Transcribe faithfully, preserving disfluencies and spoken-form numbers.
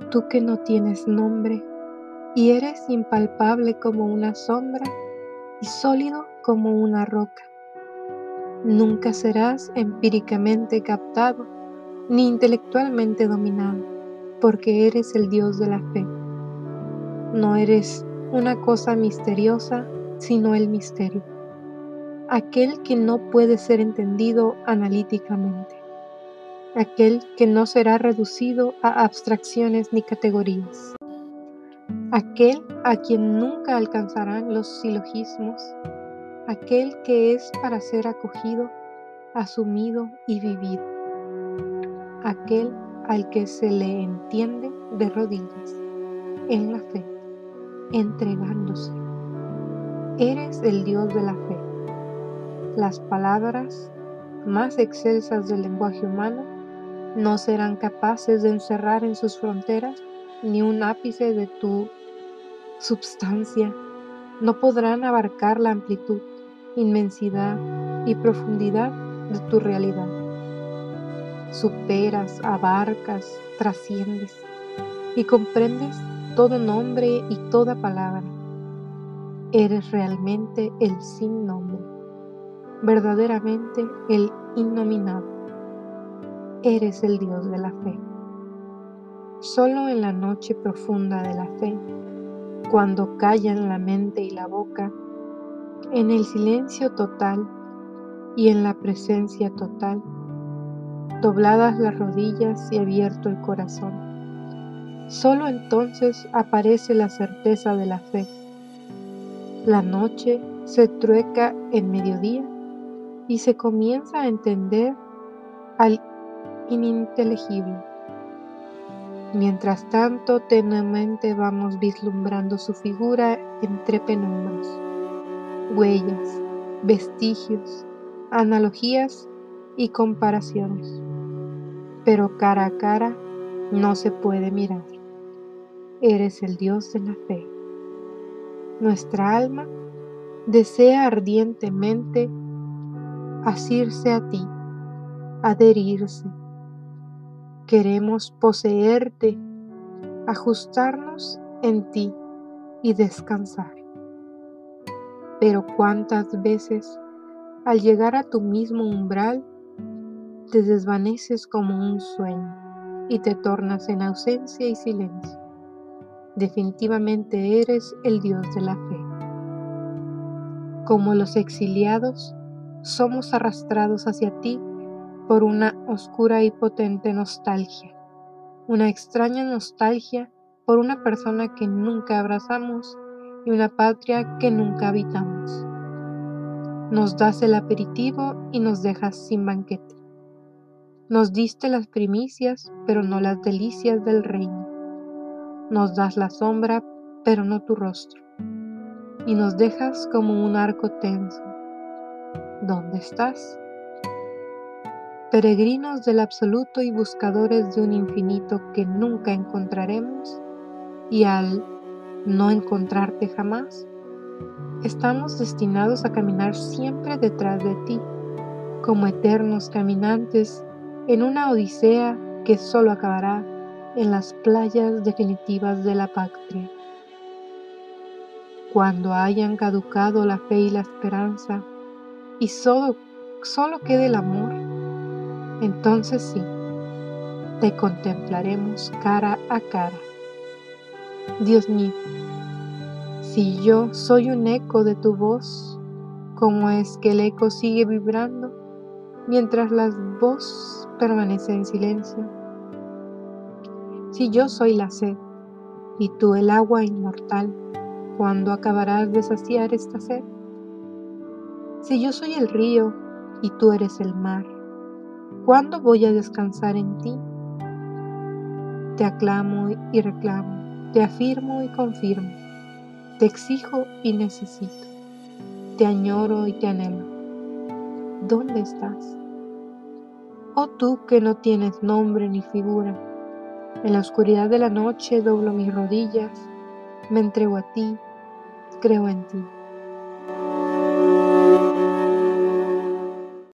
Tú que no tienes nombre y eres impalpable como una sombra y sólido como una roca. Nunca serás empíricamente captado ni intelectualmente dominado, porque eres el Dios de la fe. No eres una cosa misteriosa, sino el misterio, aquel que no puede ser entendido analíticamente, aquel que no será reducido a abstracciones ni categorías, aquel a quien nunca alcanzarán los silogismos, aquel que es para ser acogido, asumido y vivido, aquel al que se le entiende de rodillas, en la fe, entregándose. Eres el Dios de la fe. Las palabras más excelsas del lenguaje humano no serán capaces de encerrar en sus fronteras ni un ápice de tu substancia. No podrán abarcar la amplitud, inmensidad y profundidad de tu realidad. Superas, abarcas, trasciendes y comprendes todo nombre y toda palabra. Eres realmente el sin nombre, verdaderamente el innominado. Eres el Dios de la fe. Solo en la noche profunda de la fe, cuando callan la mente y la boca, en el silencio total y en la presencia total, dobladas las rodillas y abierto el corazón, solo entonces aparece la certeza de la fe. La noche se trueca en mediodía y se comienza a entender al ininteligible. Mientras tanto, tenuemente vamos vislumbrando su figura entre penumbras, huellas, vestigios, analogías y comparaciones. Pero cara a cara no se puede mirar. Eres el Dios de la fe. Nuestra alma desea ardientemente asirse a ti, adherirse. Queremos poseerte, ajustarnos en ti y descansar. Pero cuántas veces, al llegar a tu mismo umbral, te desvaneces como un sueño y te tornas en ausencia y silencio. Definitivamente eres el Dios de la fe. Como los exiliados, somos arrastrados hacia ti por una oscura y potente nostalgia, una extraña nostalgia por una persona que nunca abrazamos y una patria que nunca habitamos. Nos das el aperitivo y nos dejas sin banquete. Nos diste las primicias, pero no las delicias del reino. Nos das la sombra, pero no tu rostro. Y nos dejas como un arco tenso. ¿Dónde estás? Peregrinos del absoluto y buscadores de un infinito que nunca encontraremos, y al no encontrarte jamás, estamos destinados a caminar siempre detrás de ti, como eternos caminantes en una odisea que solo acabará en las playas definitivas de la patria. Cuando hayan caducado la fe y la esperanza, y solo, solo quede el amor, entonces sí, te contemplaremos cara a cara. Dios mío, si yo soy un eco de tu voz, ¿cómo es que el eco sigue vibrando mientras la voz permanece en silencio? Si yo soy la sed y tú el agua inmortal, ¿cuándo acabarás de saciar esta sed? Si yo soy el río y tú eres el mar, ¿cuándo voy a descansar en ti? Te aclamo y reclamo, te afirmo y confirmo, te exijo y necesito, te añoro y te anhelo. ¿Dónde estás? Oh tú que no tienes nombre ni figura, en la oscuridad de la noche doblo mis rodillas, me entrego a ti, creo en ti.